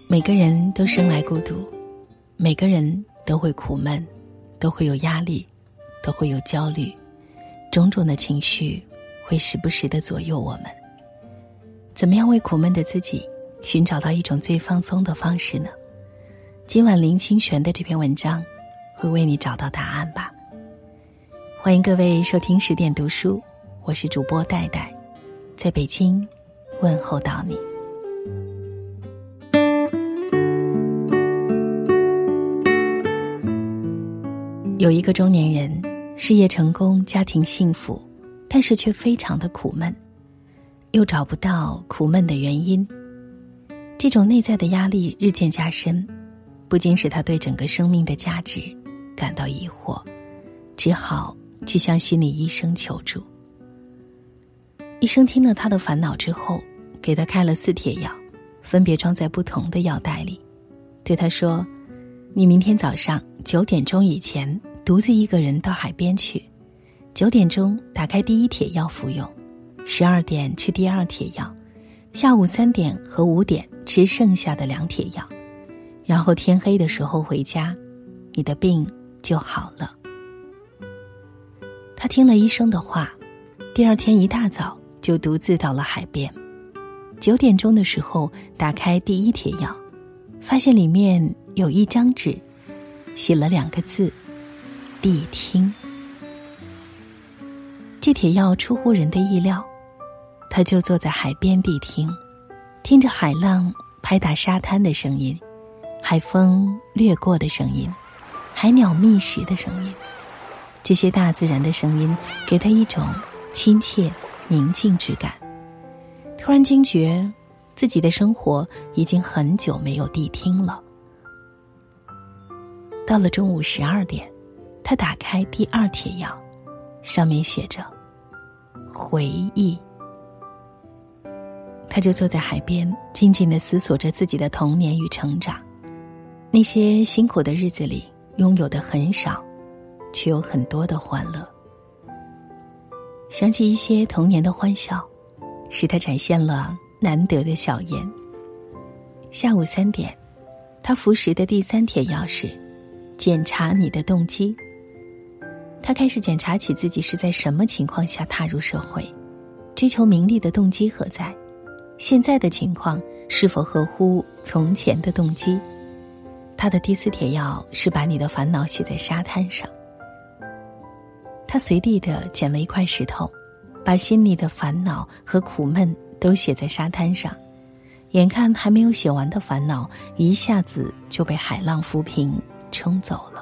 每个人都生来孤独，每个人都会苦闷，都会有压力，都会有焦虑，种种的情绪会时不时地左右我们。怎么样为苦闷的自己寻找到一种最放松的方式呢？今晚林清玄的这篇文章会为你找到答案吧。欢迎各位收听10点读书，我是主播戴戴，在北京问候到你。有一个中年人，事业成功，家庭幸福，但是却非常的苦闷，又找不到苦闷的原因。这种内在的压力日渐加深，不禁使他对整个生命的价值感到疑惑，只好去向心理医生求助。医生听了他的烦恼之后，给他开了4帖药，分别装在不同的药袋里，对他说，你明天早上9点钟以前独自一个人到海边去，9点钟打开第1帖药服用，12点吃第2帖药，下午3点和5点吃剩下的2帖药，然后天黑的时候回家，你的病就好了。他听了医生的话，第2天一大早就独自到了海边。9点钟的时候打开第1帖药，发现里面有一张纸，写了2个字，谛听。这帖药出乎人的意料，他就坐在海边谛听，听着海浪拍打沙滩的声音，海风掠过的声音，海鸟觅食的声音。这些大自然的声音给他一种亲切宁静之感。突然惊觉自己的生活已经很久没有谛听了。到了中午12点，他打开第2帖药，上面写着回忆。他就坐在海边，静静地思索着自己的童年与成长。那些辛苦的日子里，拥有的很少，却有很多的欢乐。想起一些童年的欢笑，使他展现了难得的笑颜。下午3点，他服食的第3帖药是检查你的动机。他开始检查起自己是在什么情况下踏入社会，追求名利的动机何在，现在的情况是否合乎从前的动机。他的第4帖药是把你的烦恼写在沙滩上。他随地地捡了一块石头，把心里的烦恼和苦闷都写在沙滩上，眼看还没有写完的烦恼一下子就被海浪抚平冲走了。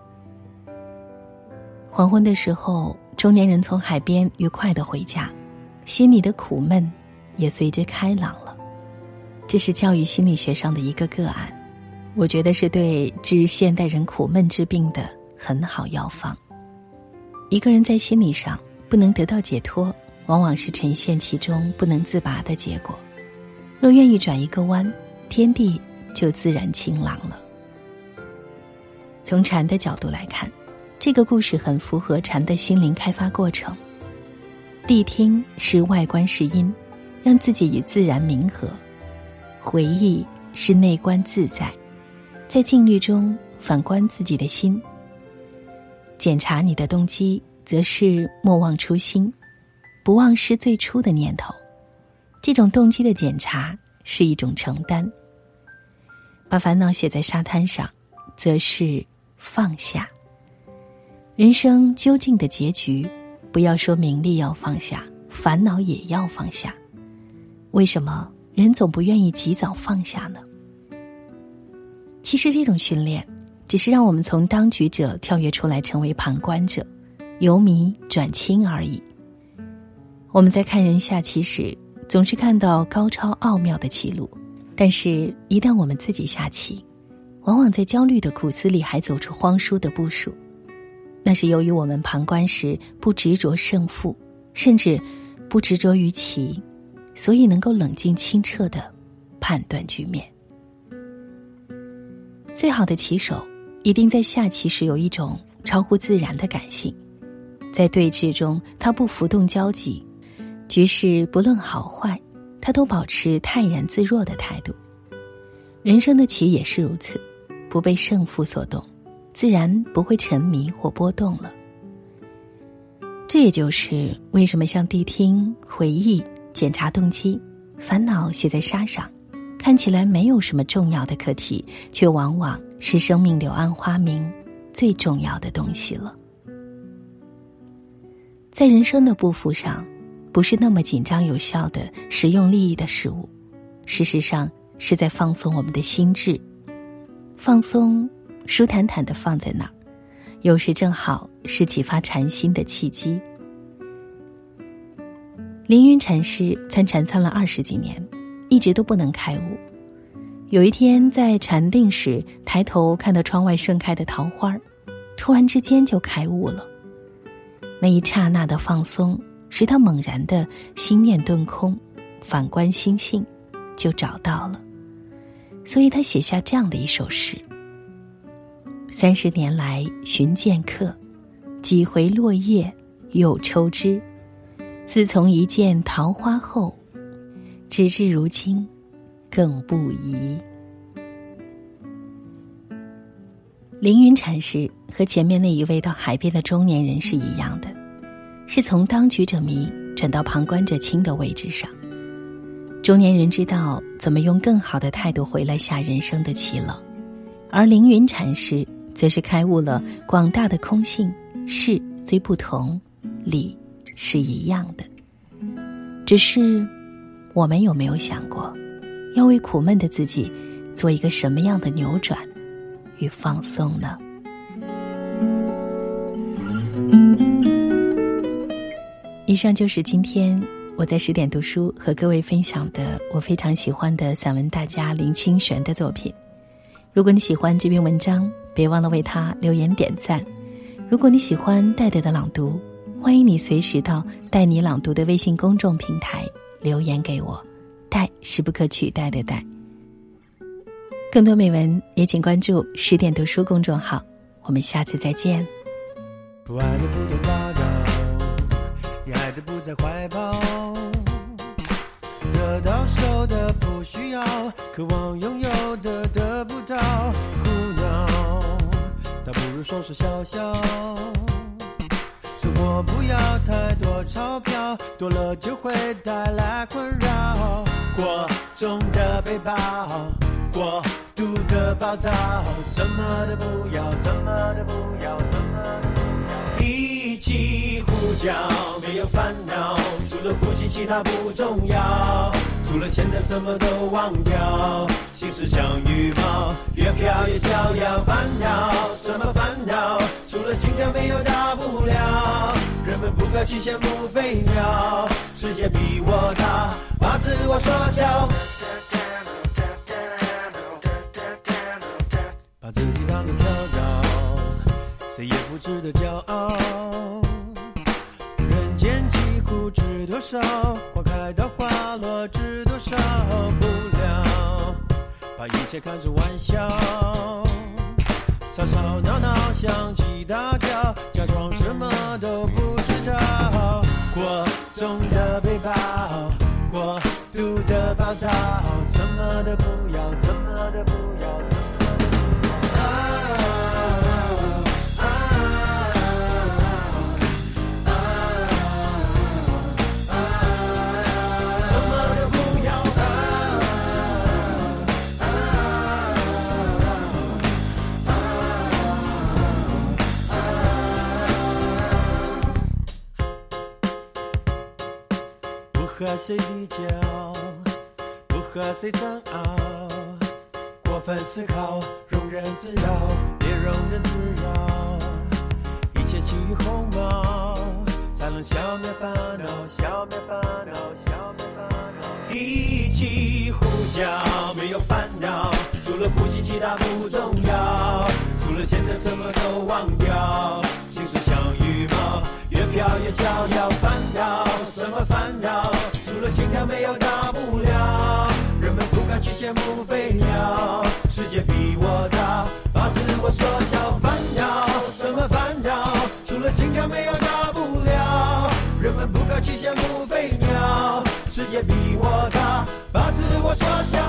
黄昏的时候，中年人从海边愉快地回家，心里的苦闷也随之开朗了。这是教育心理学上的一个个案，我觉得是对治现代人苦闷之病的很好药方。一个人在心理上不能得到解脱，往往是沉陷其中不能自拔的结果。若愿意转一个弯，天地就自然晴朗了。从禅的角度来看，这个故事很符合禅的心灵开发过程。谛听是外观是因，让自己与自然冥合；回忆是内观自在，在静虑中反观自己的心。检查你的动机，则是莫忘初心，不忘失最初的念头。这种动机的检查是一种承担。把烦恼写在沙滩上，则是放下。人生究竟的结局，不要说名利要放下，烦恼也要放下。为什么人总不愿意及早放下呢？其实这种训练只是让我们从当局者跳跃出来，成为旁观者，由迷转清而已。我们在看人下棋时，总是看到高超奥妙的棋路，但是一旦我们自己下棋，往往在焦虑的苦思里还走出荒疏的部署。那是由于我们旁观时不执着胜负，甚至不执着于棋，所以能够冷静清澈地判断局面。最好的棋手一定在下棋时有一种超乎自然的感性，在对峙中他不浮动焦急，局势不论好坏，他都保持泰然自若的态度。 人生的棋也是如此，不被胜负所动，自然不会沉迷或波动了。这也就是为什么像谛听、回忆、检查动机、烦恼写在沙上，看起来没有什么重要的课题，却往往是生命柳暗花明最重要的东西了。在人生的步幅上，不是那么紧张有效的实用利益的事物，事实上是在放松我们的心智，放松舒坦坦地放在那儿，有时正好是启发禅心的契机。凌云禅师参禅参了20几年，一直都不能开悟。有一天在禅定时，抬头看到窗外盛开的桃花，突然之间就开悟了。那一刹那的放松，使他猛然的心念顿空，反观心性，就找到了。所以他写下这样的一首诗：30年来寻剑客，几回落叶又抽枝。自从一见桃花后，直至如今更不疑。凌云禅师和前面那一位到海边的中年人是一样的，是从当局者迷转到旁观者清的位置上。中年人知道怎么用更好的态度回来下人生的棋了，而凌云禅师则是开悟了广大的空性，事虽不同，理是一样的。只是我们有没有想过，要为苦闷的自己做一个什么样的扭转与放松呢？以上就是今天我在10点读书和各位分享的我非常喜欢的散文大家林清玄的作品。如果你喜欢这篇文章，别忘了为他留言点赞。如果你喜欢戴戴的朗读，欢迎你随时到带你朗读的微信公众平台留言给我，戴是不可取代的戴。更多美文也请关注10点读书公众号，我们下次再见。 不爱的不懂打扰，你爱的不在怀抱，得到手的不需要，渴望拥有的得不到，苦恼倒不如说说笑笑。生活不要太多钞票，多了就会带来困扰。过重的背包，过度的暴躁，什么都不要，什么都不要，什么都不要。一起呼叫，没有烦恼，除了呼吸其他不重要，除了现在什么都忘掉，心事像羽毛，越飘越逍遥。烦恼什么烦恼，除了心跳没有大不了，人们不可去羡慕飞鸟，世界比我大，把自我缩小，把自己当作跳蚤，谁也不值得骄傲。人间疾苦知多少，花开到花落知多少，不了把一切看作玩笑，吵吵闹闹相机大调，假装什么都不知道。过重的背包，过度的暴躁，什么都不要，什么都不要，不和谁比较，不和谁争拗，过分思考，庸人自扰，别庸人自扰，一切起于鸿毛，才能消灭烦恼，消灭烦恼，消灭烦恼。一起呼叫，没有烦恼，除了呼吸其他不重要，除了现在什么都忘掉，心事像羽毛，越飘越逍遥。烦恼什么烦恼，除了心跳没有大不了，人们不敢去羡慕飞鸟，世界比我大，把自我缩小。烦恼什么烦恼，除了心跳没有大不了，人们不敢去羡慕飞鸟，世界比我大，把自我缩小。